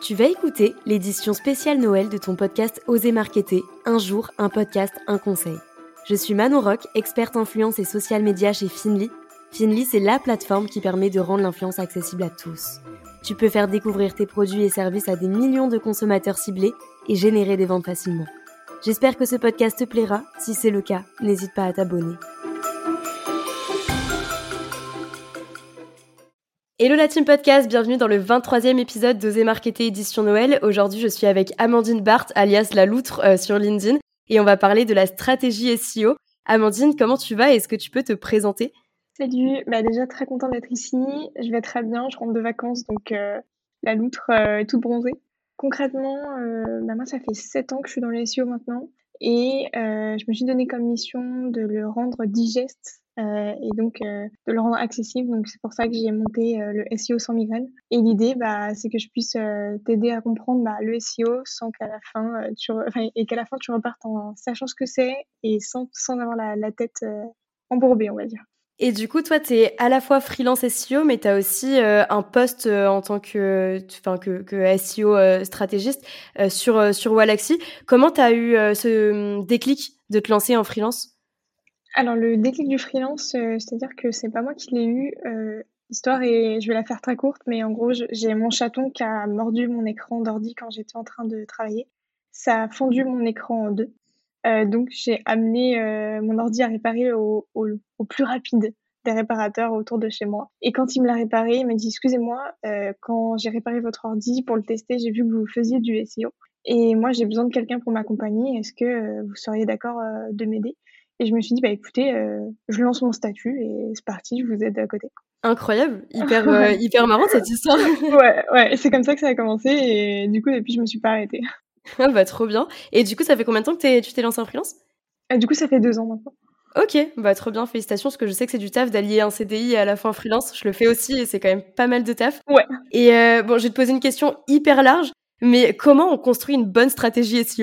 Tu vas écouter l'édition spéciale Noël de ton podcast Oser Marketer, un jour, un podcast, un conseil. Je suis Manon Rock, experte influence et social media chez Finly. Finly, c'est la plateforme qui permet de rendre l'influence accessible à tous. Tu peux faire découvrir tes produits et services à des millions de consommateurs ciblés et générer des ventes facilement. J'espère que ce podcast te plaira. Si c'est le cas, n'hésite pas à t'abonner. Hello la team podcast, bienvenue dans le 23e épisode d'Oser Marketer édition Noël. Aujourd'hui, je suis avec Amandine Barthes, alias La Loutre sur LinkedIn, et on va parler de la stratégie SEO. Amandine, comment tu vas et est-ce que tu peux te présenter ? Salut, déjà très contente d'être ici, je vais très bien, je rentre de vacances, donc La Loutre est toute bronzée. Concrètement, moi ça fait 7 ans que je suis dans le SEO maintenant, et je me suis donné comme mission de le rendre digeste, et donc de le rendre accessible, donc c'est pour ça que j'ai monté le SEO sans migraine. Et l'idée, c'est que je puisse t'aider à comprendre le SEO sans qu'à la fin, qu'à la fin tu repartes en sachant ce que c'est et sans avoir la tête embourbée, on va dire. Et du coup, toi, tu es à la fois freelance SEO, mais tu as aussi un poste en tant que SEO stratégiste sur Wallaxy. Comment tu as eu ce déclic de te lancer en freelance ? Alors, le déclic du freelance, c'est-à-dire que c'est pas moi qui l'ai eu. L'histoire est, je vais la faire très courte, mais en gros, j'ai mon chaton qui a mordu mon écran d'ordi quand j'étais en train de travailler. Ça a fondu mon écran en deux. Donc, j'ai amené mon ordi à réparer au plus rapide des réparateurs autour de chez moi. Et quand il me l'a réparé, il m'a dit, excusez-moi, quand j'ai réparé votre ordi pour le tester, j'ai vu que vous faisiez du SEO. Et moi, j'ai besoin de quelqu'un pour m'accompagner. Est-ce que vous seriez d'accord de m'aider? Et je me suis dit, écoutez, je lance mon statut et c'est parti, je vous aide à côté. Incroyable, hyper marrant cette histoire. Ouais, c'est comme ça que ça a commencé et du coup, depuis, je me suis pas arrêtée. Ah trop bien. Et du coup, ça fait combien de temps que tu t'es lancée en freelance ? Du coup, ça fait 2 ans maintenant. Ok, trop bien, félicitations, parce que je sais que c'est du taf d'allier un CDI et à la fois un freelance. Je le fais aussi et c'est quand même pas mal de taf. Ouais. Et je vais te poser une question hyper large, mais comment on construit une bonne stratégie SEO ?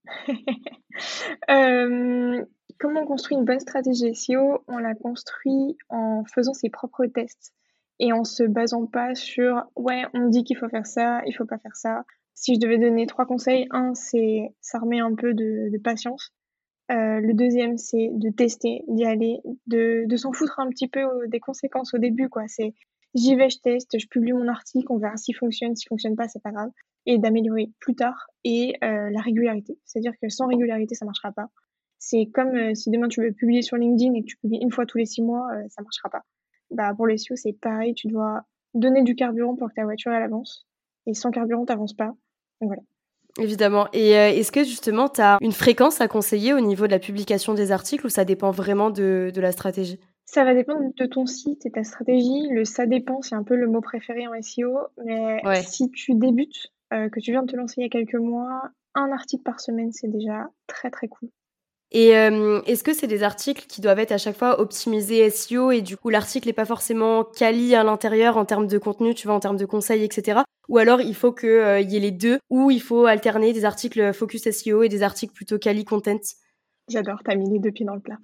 Comment on construit une bonne stratégie SEO? On la construit en faisant ses propres tests et en se basant pas sur ouais, on me dit qu'il faut faire ça, il faut pas faire ça. Si je devais donner 3 conseils, c'est ça remet un peu de patience. Le deuxième, c'est de tester, d'y aller, de s'en foutre un petit peu des conséquences au début, quoi. C'est j'y vais, je teste, je publie mon article, on verra s'il fonctionne pas, c'est pas grave. Et d'améliorer plus tard. Et la régularité. C'est-à-dire que sans régularité, ça marchera pas. C'est comme si demain tu veux publier sur LinkedIn et que tu publies une fois tous les 6 mois, ça marchera pas. Pour les SEO, c'est pareil, tu dois donner du carburant pour que ta voiture elle avance. Et sans carburant, t'avances pas. Donc voilà. Évidemment. Et est-ce que justement, tu as une fréquence à conseiller au niveau de la publication des articles ou ça dépend vraiment de la stratégie ? Ça va dépendre de ton site et ta stratégie. Le ça dépend, c'est un peu le mot préféré en SEO. Mais Ouais. si tu débutes, que tu viens de te lancer il y a quelques mois, un article par semaine, c'est déjà très très cool. Et est-ce que c'est des articles qui doivent être à chaque fois optimisés SEO et du coup l'article n'est pas forcément quali à l'intérieur en termes de contenu, tu vois, en termes de conseils, etc. Ou alors il faut qu'il y ait les deux, ou il faut alterner des articles focus SEO et des articles plutôt quali content ? J'adore, t'as mis les 2 pieds dans le plat.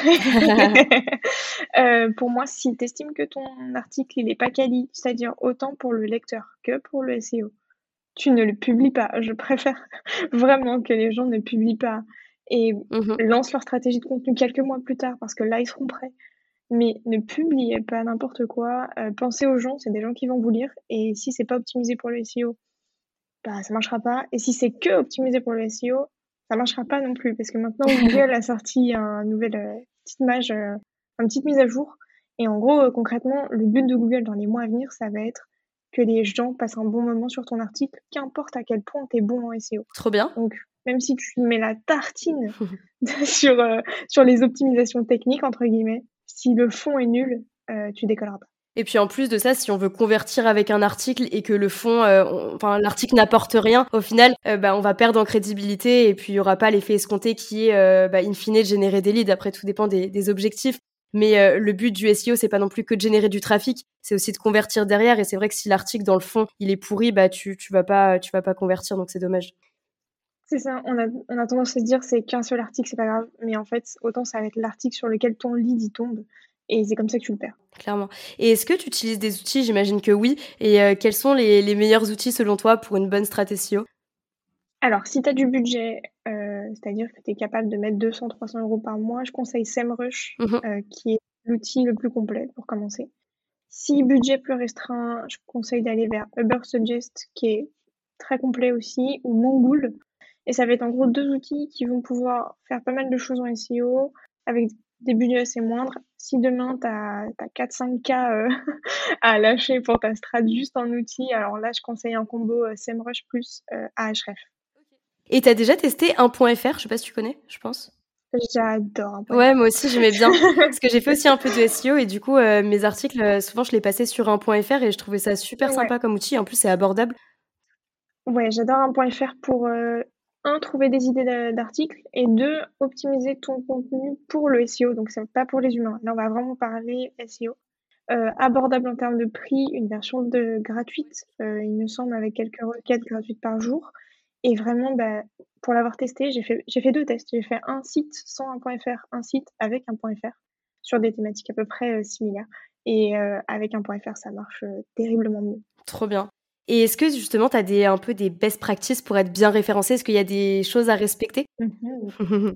Pour moi, si tu estimes que ton article il est pas quali, c'est-à-dire autant pour le lecteur que pour le SEO, tu ne le publies pas. Je préfère vraiment que les gens ne publient pas et Mmh. lancent leur stratégie de contenu quelques mois plus tard parce que là, ils seront prêts. Mais ne publiez pas n'importe quoi. Pensez aux gens, c'est des gens qui vont vous lire et si c'est pas optimisé pour le SEO, ça marchera pas. Et si c'est que optimisé pour le SEO, ça marchera pas non plus parce que maintenant Google a sorti un nouvel petite mage, une petite mise à jour. Et en gros, concrètement, le but de Google dans les mois à venir, ça va être que les gens passent un bon moment sur ton article, qu'importe à quel point tu es bon en SEO. Trop bien. Donc, même si tu mets la tartine sur les optimisations techniques, entre guillemets, si le fond est nul, tu décolleras pas. Et puis en plus de ça, si on veut convertir avec un article et que le fond, l'article n'apporte rien, au final, on va perdre en crédibilité et puis il y aura pas l'effet escompté qui est, in fine, de générer des leads. Après, tout dépend des objectifs. Mais le but du SEO, c'est pas non plus que de générer du trafic, c'est aussi de convertir derrière. Et c'est vrai que si l'article dans le fond, il est pourri, tu vas pas convertir, donc c'est dommage. C'est ça, on a tendance à se dire c'est qu'un seul article, c'est pas grave. Mais en fait, autant ça va être l'article sur lequel ton lead il tombe. et c'est comme ça que tu le perds. Clairement. Et est-ce que tu utilises des outils? J'imagine que oui. Et quels sont les meilleurs outils selon toi pour une bonne stratégie SEO? Alors, si tu as du budget, c'est-à-dire que tu es capable de mettre 200-300 € par mois, je conseille SEMrush, Mmh. qui est l'outil le plus complet pour commencer. Si budget plus restreint, je conseille d'aller vers Ubersuggest, qui est très complet aussi, ou Mongool. Et ça va être en gros 2 outils qui vont pouvoir faire pas mal de choses en SEO avec des budgets assez moindres. Si demain tu as 4-5 K à lâcher pour ta strat juste en outil, alors là, je conseille un combo SEMrush plus Ahref. Et tu as déjà testé 1.fr? Je sais pas si tu connais, je pense? J'adore un point Ouais, fr. moi aussi, j'aimais bien. Parce que j'ai fait aussi un peu de SEO et du coup, mes articles, souvent, je les passais sur 1.fr et je trouvais ça super Ouais, sympa comme outil. En plus, c'est abordable. ouais, j'adore un point fr pour, un, trouver des idées d'articles et deux, optimiser ton contenu pour le SEO. Donc, c'est pas pour les humains. Là, on va vraiment parler SEO. Abordable en termes de prix, une version gratuite, il me semble, avec quelques requêtes gratuites par jour. Et vraiment, bah, pour l'avoir testé, j'ai fait 2 tests. J'ai fait un site sans un point fr, un site avec un point fr sur des thématiques à peu près similaires. Et avec un point fr, ça marche terriblement mieux. Trop bien. Et est-ce que justement, tu as un peu des best practices pour être bien référencé? Est-ce qu'il y a des choses à respecter? Mhm.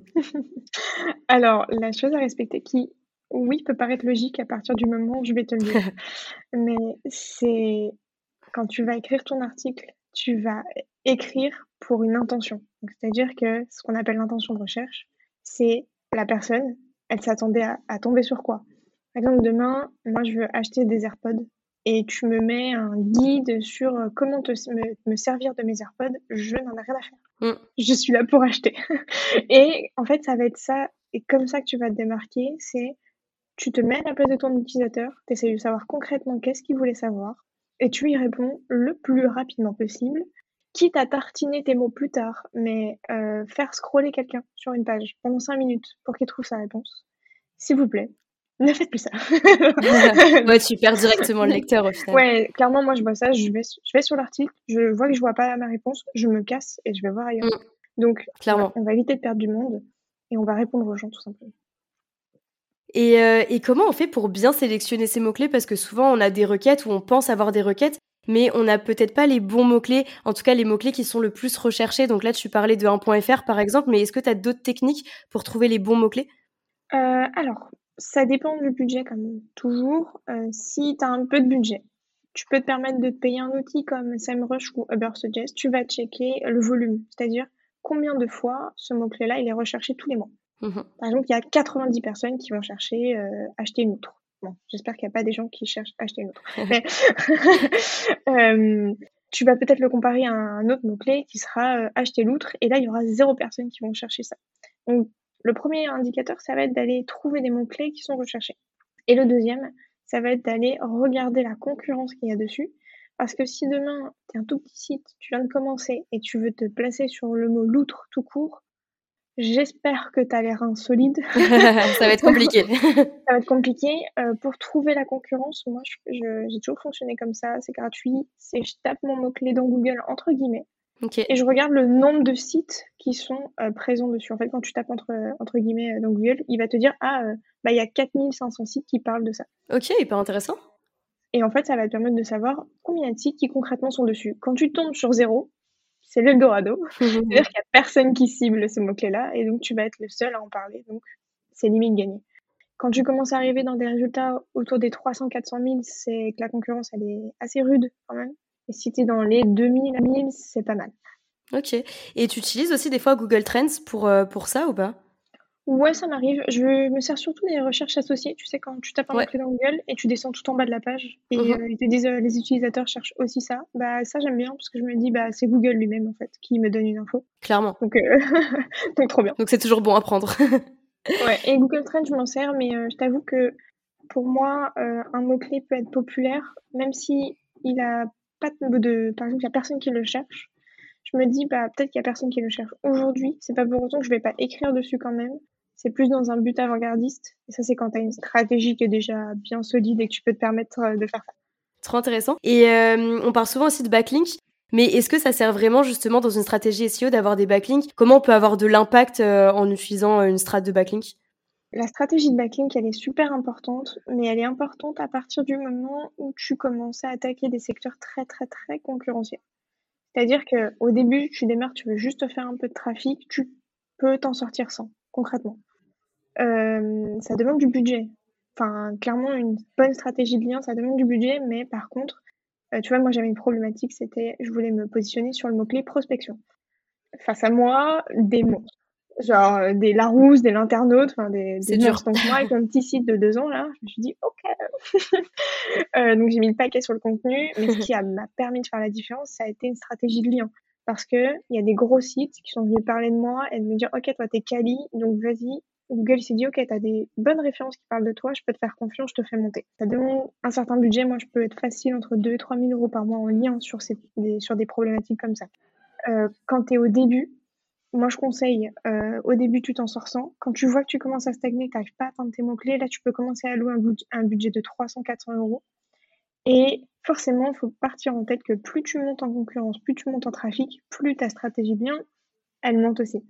Alors, la chose à respecter qui, oui, peut paraître logique à partir du moment où je vais te le dire, mais c'est quand tu vas écrire ton article, tu vas écrire pour une intention. Donc, c'est-à-dire que ce qu'on appelle l'intention de recherche, c'est la personne, elle s'attendait à tomber sur quoi? Par exemple, demain, moi, je veux acheter des AirPods et tu me mets un guide sur comment me servir de mes AirPods, je n'en ai rien à faire. Mmh. Je suis là pour acheter. Et en fait, ça va être ça, et comme ça que tu vas te démarquer, c'est tu te mets à la place de ton utilisateur, tu essaies de savoir concrètement qu'est-ce qu'il voulait savoir, et tu y réponds le plus rapidement possible, quitte à tartiner tes mots plus tard, mais faire scroller quelqu'un sur une page pendant 5 minutes pour qu'il trouve sa réponse. S'il vous plaît, ne faites plus ça. Ouais, tu perds directement le lecteur au final. Ouais, clairement, moi je vois ça, je vais sur l'article, je vois que je vois pas ma réponse, je me casse et je vais voir ailleurs. Mmh, Donc, clairement. on va éviter de perdre du monde et on va répondre aux gens tout simplement. Et comment on fait pour bien sélectionner ces mots-clés? Parce que souvent, on a des requêtes ou on pense avoir des requêtes, mais on n'a peut-être pas les bons mots-clés, en tout cas les mots-clés qui sont le plus recherchés. Donc là, tu parlais de 1.fr par exemple, mais est-ce que tu as d'autres techniques pour trouver les bons mots-clés? Alors, ça dépend du budget comme toujours. Si tu as un peu de budget, tu peux te permettre de te payer un outil comme SEMrush ou Ubersuggest. Tu vas checker le volume, c'est-à-dire combien de fois ce mot-clé-là, il est recherché tous les mois. Mmh. Par exemple, il y a 90 personnes qui vont chercher acheter une outre. Bon, j'espère qu'il n'y a pas des gens qui cherchent acheter une outre. Mais tu vas peut-être le comparer à un autre mot-clé qui sera acheter l'outre, et là, il y aura 0 personnes qui vont chercher ça. Donc, le premier indicateur, ça va être d'aller trouver des mots-clés qui sont recherchés. Et le deuxième, ça va être d'aller regarder la concurrence qu'il y a dessus. Parce que si demain, tu es un tout petit site, tu viens de commencer et tu veux te placer sur le mot loutre tout court, j'espère que tu as les reins solides. Ça va être compliqué. Ça va être compliqué. Pour trouver la concurrence, moi, j'ai toujours fonctionné comme ça. C'est gratuit. C'est je tape mon mot-clé dans Google, entre guillemets, OK. et je regarde le nombre de sites qui sont présents dessus. En fait, quand tu tapes entre guillemets dans Google, il va te dire bah, il y a 4500 sites qui parlent de ça. OK, hyper intéressant. Et en fait, ça va te permettre de savoir combien de sites qui concrètement sont dessus. Quand tu tombes sur 0, c'est l'Eldorado. C'est-à-dire qu'il y a personne qui cible ce mot-clé-là et donc tu vas être le seul à en parler. Donc, c'est limite gagné. Quand tu commences à arriver dans des résultats autour des 300-400 000, c'est que la concurrence, elle est assez rude quand même. Et si tu es dans les 2000 à 1000, c'est pas mal. OK. Et tu utilises aussi des fois Google Trends pour ça ou pas? Ouais, ça m'arrive. Je me sers surtout des recherches associées. Tu sais, quand tu tapes un Ouais. mot-clé dans Google et tu descends tout en bas de la page et Mmh. ils te disent les utilisateurs cherchent aussi ça. Bah, ça, j'aime bien parce que je me dis, bah, c'est Google lui-même en fait qui me donne une info. Clairement. Donc, donc trop bien. Donc c'est toujours bon à prendre. Ouais, et Google Trends, je m'en sers, mais je t'avoue que pour moi, un mot-clé peut être populaire, même si il a pas par exemple, il y a personne qui le cherche. Je me dis, bah, peut-être qu'il y a personne qui le cherche aujourd'hui. C'est pas pour autant que je vais pas écrire dessus quand même. C'est plus dans un but avant-gardiste. Et ça, c'est quand tu as une stratégie qui est déjà bien solide et que tu peux te permettre de faire ça. Trop intéressant. Et on parle souvent aussi de backlinks, mais est-ce que ça sert vraiment justement dans une stratégie SEO d'avoir des backlinks? Comment on peut avoir de l'impact en utilisant une strat de backlink? La stratégie de backlink, elle est super importante, mais elle est importante à partir du moment où tu commences à attaquer des secteurs très, très, très concurrentiels. C'est-à-dire qu'au début, tu démarres, tu veux juste faire un peu de trafic, tu peux t'en sortir sans, concrètement. Ça demande du budget. Enfin, clairement, une bonne stratégie de lien, ça demande du budget, mais par contre, tu vois, moi j'avais une problématique, c'était je voulais me positionner sur le mot-clé prospection. Face à moi, des monstres. Genre des Larousse, des Linternautes, enfin des C'est dur. monstres. Donc moi, avec mon petit site de 2 ans, là, je me suis dit, ok. Donc j'ai mis le paquet sur le contenu, mais ce qui m'a permis de faire la différence, ça a été une stratégie de lien. Parce que il y a des gros sites qui sont venus parler de moi et de me dire, ok, toi t'es quali, donc vas-y. Google s'est dit, ok, t'as des bonnes références qui parlent de toi, je peux te faire confiance, je te fais monter. Ça demande un certain budget, moi je peux être facile entre 2 et 3 000 euros par mois en lien sur des problématiques comme ça. Quand t'es au début, moi, je conseille, au début, tu t'en sors sans. Quand tu vois que tu commences à stagner, que tu n'arrives pas à atteindre tes mots-clés, là, tu peux commencer à allouer un budget de 300-400 euros. Et forcément, il faut partir en tête que plus tu montes en concurrence, plus tu montes en trafic, plus ta stratégie de lien, elle monte aussi.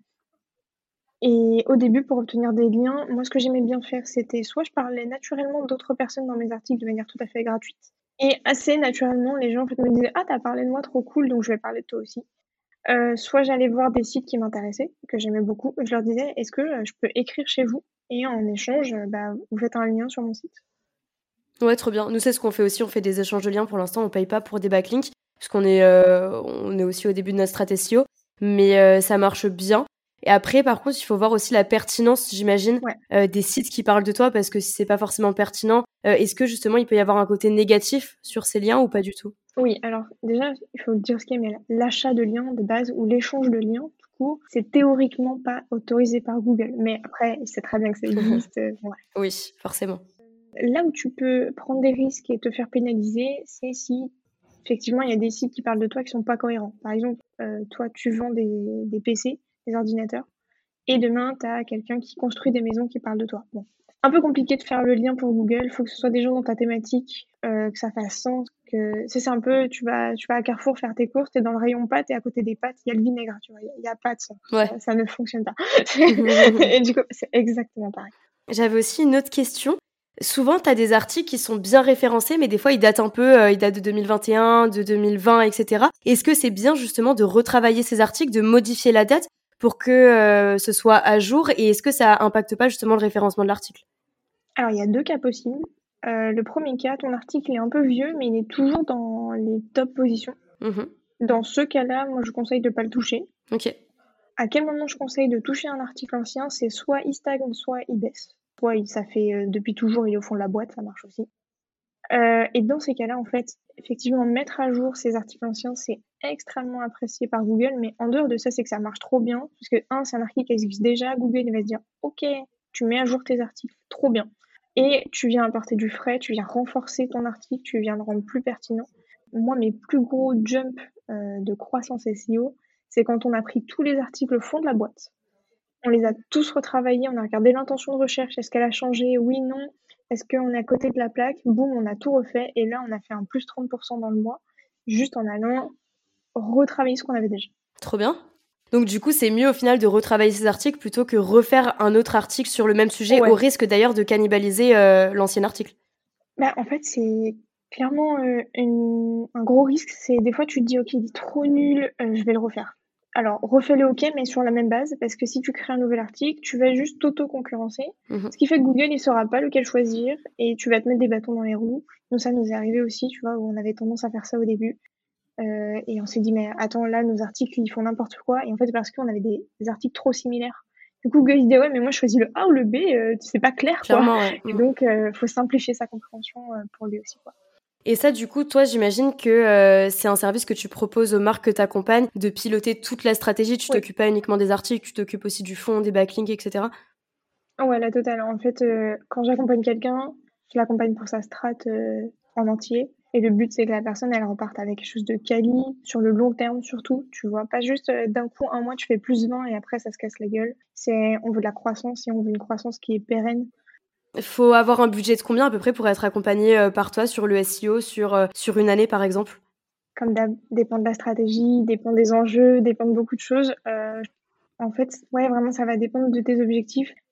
Et au début, pour obtenir des liens, moi, ce que j'aimais bien faire, c'était soit je parlais naturellement d'autres personnes dans mes articles de manière tout à fait gratuite. Et assez naturellement, les gens en fait, me disaient, ah, t'as parlé de moi, trop cool, donc je vais parler de toi aussi. Soit j'allais voir des sites qui m'intéressaient, que j'aimais beaucoup, et je leur disais: «Est-ce que, je peux écrire chez vous? Et en échange, vous faites un lien sur mon site». Ouais, trop bien. Nous, c'est ce qu'on fait aussi. On fait des échanges de liens. Pour l'instant, on paye pas pour des backlinks, puisqu'on est aussi au début de notre stratégie SEO, mais ça marche bien. Et après, par contre, il faut voir aussi la pertinence, j'imagine, Ouais. des sites qui parlent de toi, parce que si c'est pas forcément pertinent, est-ce que justement, il peut y avoir un côté négatif sur ces liens ou pas du tout? Oui, alors déjà, il faut dire ce qui est, mais l'achat de liens de base ou l'échange de liens, tout court, c'est théoriquement pas autorisé par Google. Mais après, il sait très bien que ça existe, ouais. Oui, forcément. Là où tu peux prendre des risques et te faire pénaliser, c'est si effectivement il y a des sites qui parlent de toi qui sont pas cohérents. Par exemple, toi, tu vends des PC, des ordinateurs. Et demain, tu as quelqu'un qui construit des maisons qui parlent de toi. Bon. Un peu compliqué de faire le lien pour Google. Il faut que ce soit des gens dans ta thématique, que ça fasse sens. C'est un peu, tu vas à Carrefour faire tes courses, t'es dans le rayon pâtes et à côté des pâtes, il y a le vinaigre, tu vois. Il y a pas de sens. Ouais. Ça ne fonctionne pas. Et du coup, c'est exactement pareil. J'avais aussi une autre question. Souvent, tu as des articles qui sont bien référencés, mais des fois, ils datent un peu, ils datent de 2021, de 2020, etc. Est-ce que c'est bien justement de retravailler ces articles, de modifier la date pour que ce soit à jour? Et est-ce que ça impacte pas justement le référencement de l'article? Alors, il y a 2 cas possibles. Le premier cas, ton article est un peu vieux, mais il est toujours dans les top positions. Mhm. Dans ce cas-là, moi, je conseille de pas le toucher. Ok. À quel moment je conseille de toucher un article ancien? C'est soit il stagne, soit il baisse. Soit ça fait depuis toujours, il est au fond de la boîte, ça marche aussi. Et dans ces cas-là, en fait, effectivement, mettre à jour ces articles anciens, c'est extrêmement apprécié par Google, mais en dehors de ça, c'est que ça marche trop bien, parce que c'est un article qui existe déjà, Google il va se dire, ok, tu mets à jour tes articles, trop bien. Et tu viens apporter du frais, tu viens renforcer ton article, tu viens le rendre plus pertinent. Moi, mes plus gros jumps de croissance SEO, c'est quand on a pris tous les articles au fond de la boîte. On les a tous retravaillés, on a regardé l'intention de recherche, est-ce qu'elle a changé? Oui, non. Est-ce qu'on est à côté de la plaque? Boum, on a tout refait. Et là, on a fait un plus 30% dans le mois, juste en allant retravailler ce qu'on avait déjà. Trop bien. Donc du coup, c'est mieux au final de retravailler ces articles plutôt que refaire un autre article sur le même sujet, Ouais. au risque d'ailleurs de cannibaliser l'ancien article. En fait, c'est clairement un gros risque. C'est des fois, tu te dis, ok, il est trop nul, je vais le refaire. Alors, refais-le ok, mais sur la même base, parce que si tu crées un nouvel article, tu vas juste t'auto-concurrencer. Mhm. Ce qui fait que Google, il saura pas lequel choisir et tu vas te mettre des bâtons dans les roues. Nous, ça nous est arrivé aussi, tu vois, où on avait tendance à faire ça au début. Et on s'est dit, mais attends, là, nos articles, ils font n'importe quoi. Et en fait, c'est parce qu'on avait des articles trop similaires. Du coup, Google, il dit, ouais, mais moi, je choisis le A ou le B, c'est pas clair, quoi. Clairement, ouais. Et donc, faut simplifier sa compréhension pour lui aussi, quoi. Et ça, du coup, toi, j'imagine que c'est un service que tu proposes aux marques que tu accompagnes, de piloter toute la stratégie. Tu Oui. t'occupes pas uniquement des articles, tu t'occupes aussi du fond, des backlinks, etc. Ouais, la totale. En fait, quand j'accompagne quelqu'un, je l'accompagne pour sa strat en entier. Et le but, c'est que la personne, elle reparte avec quelque chose de quali, sur le long terme surtout, tu vois. Pas juste d'un coup, un mois, tu fais plus 20 et après, ça se casse la gueule. On veut de la croissance et on veut une croissance qui est pérenne. Il faut avoir un budget de combien à peu près pour être accompagné par toi sur le SEO, sur une année, par exemple? Comme d'hab, dépend de la stratégie, dépend des enjeux, dépend de beaucoup de choses. En fait, ouais, vraiment, ça va dépendre de tes objectifs.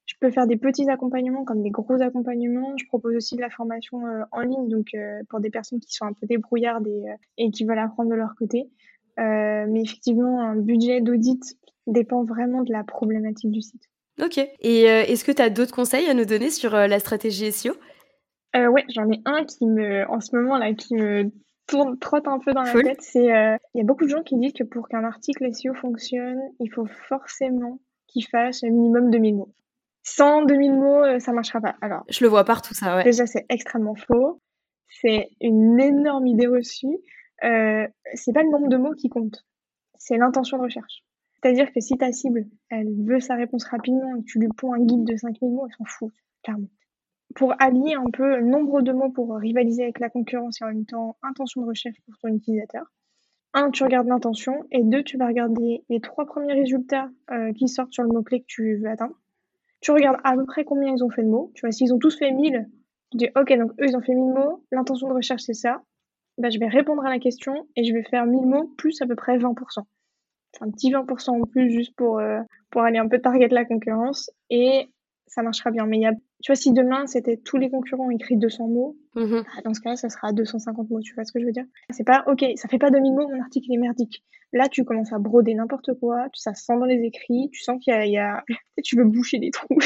Je peux faire des petits accompagnements comme des gros accompagnements. Je propose aussi de la formation en ligne, donc pour des personnes qui sont un peu débrouillardes et qui veulent apprendre de leur côté. Mais effectivement, un budget d'audit dépend vraiment de la problématique du site. Ok. Et est-ce que tu as d'autres conseils à nous donner sur la stratégie SEO ? Ouais, j'en ai un en ce moment là, qui me trotte un peu dans la Cool. tête. Il y a beaucoup de gens qui disent que pour qu'un article SEO fonctionne, il faut forcément qu'il fasse un minimum 2000 mots. Sans 2000 mots, ça marchera pas. Alors, je le vois partout, ça, ouais. Déjà, c'est extrêmement faux. C'est une énorme idée reçue. C'est pas le nombre de mots qui compte, c'est l'intention de recherche. C'est-à-dire que si ta cible, elle veut sa réponse rapidement et que tu lui ponds un guide de 5000 mots, elle s'en fout, clairement. Pour allier un peu le nombre de mots pour rivaliser avec la concurrence et en même temps intention de recherche pour ton utilisateur, 1, tu regardes l'intention, et 2, tu vas regarder les 3 premiers résultats qui sortent sur le mot-clé que tu veux atteindre. Tu regardes à peu près combien ils ont fait de mots. Tu vois, s'ils ont tous fait 1000, tu dis ok, donc eux ils ont fait 1000 mots, l'intention de recherche c'est ça. Bah, je vais répondre à la question et je vais faire 1000 mots plus à peu près 20%. Un petit 20% en plus juste pour aller un peu target la concurrence et ça marchera bien. Mais tu vois, si demain c'était tous les concurrents écrit 200 mots, dans ce cas-là, ça sera 250 mots. Tu vois ce que je veux dire? C'est pas ok, ça fait pas 2000 mots, mon article est merdique. Là, tu commences à broder n'importe quoi, ça sent dans les écrits, tu sens qu'il y a... tu veux boucher des trous.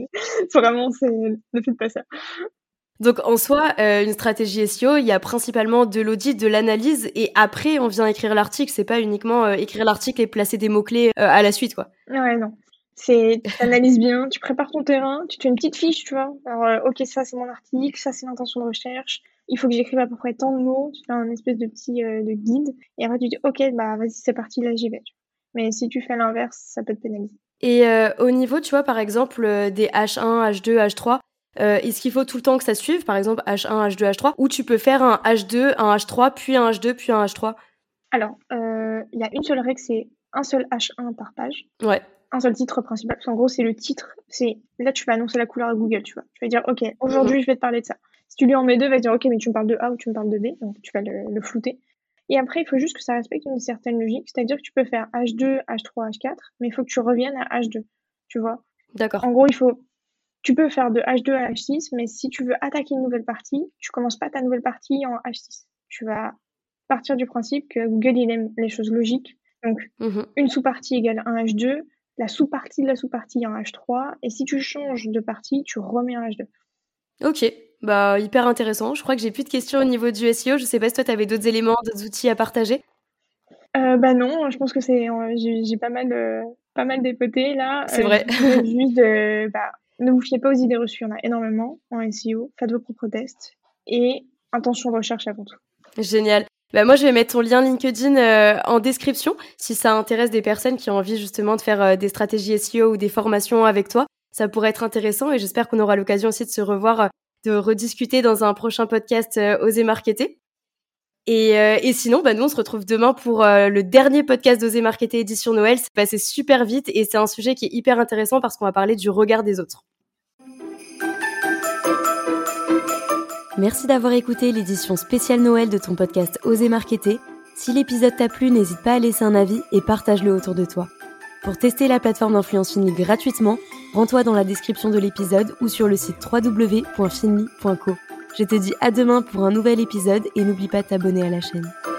Ne faites pas ça. Donc en soi, une stratégie SEO, il y a principalement de l'audit, de l'analyse, et après on vient écrire l'article. C'est pas uniquement écrire l'article et placer des mots-clés à la suite, quoi. Ouais, non. Tu analyses bien, tu prépares ton terrain, tu te fais une petite fiche, tu vois. Alors, ok, ça c'est mon article, ça c'est l'intention de recherche. Il faut que j'écrive à peu près tant de mots. Tu fais un espèce de petit de guide. Et après tu dis, ok, bah vas-y, c'est parti, là j'y vais. Mais si tu fais l'inverse, ça peut te pénaliser. Et au niveau, tu vois, par exemple, des H1, H2, H3, est-ce qu'il faut tout le temps que ça suive, par exemple H1, H2, H3, ou tu peux faire un H2, un H3, puis un H2, puis un H3? Alors, il y a une seule règle, c'est un seul H1 par page. Ouais. Un seul titre principal. Parce qu'en gros, c'est le titre. Là, tu vas annoncer la couleur à Google, tu vois. Tu vas dire, ok, aujourd'hui, je vais te parler de ça. Si tu lui en mets 2, il va dire, ok, mais tu me parles de A ou tu me parles de B. Donc, tu vas le flouter. Et après, il faut juste que ça respecte une certaine logique. C'est-à-dire que tu peux faire H2, H3, H4, mais il faut que tu reviennes à H2. Tu vois. D'accord. En gros, tu peux faire de H2 à H6, mais si tu veux attaquer une nouvelle partie, tu commences pas ta nouvelle partie en H6. Tu vas partir du principe que Google, il aime les choses logiques. Donc, une sous-partie égale un H2, la sous-partie de la sous-partie en H3, et si tu changes de partie, tu remets en H2. Ok, bah hyper intéressant. Je crois que j'ai plus de questions au niveau du SEO. Je sais pas si toi, tu avais d'autres éléments, d'autres outils à partager. Bah non, je pense que j'ai pas mal dépoté là. C'est vrai. Juste ne vous fiez pas aux idées reçues, il y en a énormément en SEO. Faites vos propres tests et intention de recherche avant tout. Génial. Bah moi, je vais mettre ton lien LinkedIn en description si ça intéresse des personnes qui ont envie justement de faire des stratégies SEO ou des formations avec toi. Ça pourrait être intéressant et j'espère qu'on aura l'occasion aussi de se revoir, de rediscuter dans un prochain podcast Oser Marketer. Et sinon, bah nous, on se retrouve demain pour le dernier podcast d'Oser Marketer édition Noël. C'est passé super vite et c'est un sujet qui est hyper intéressant parce qu'on va parler du regard des autres. Merci d'avoir écouté l'édition spéciale Noël de ton podcast Oser Marketer. Si l'épisode t'a plu, n'hésite pas à laisser un avis et partage-le autour de toi. Pour tester la plateforme d'influence Finly gratuitement, rends-toi dans la description de l'épisode ou sur le site www.finly.co. Je te dis à demain pour un nouvel épisode et n'oublie pas de t'abonner à la chaîne.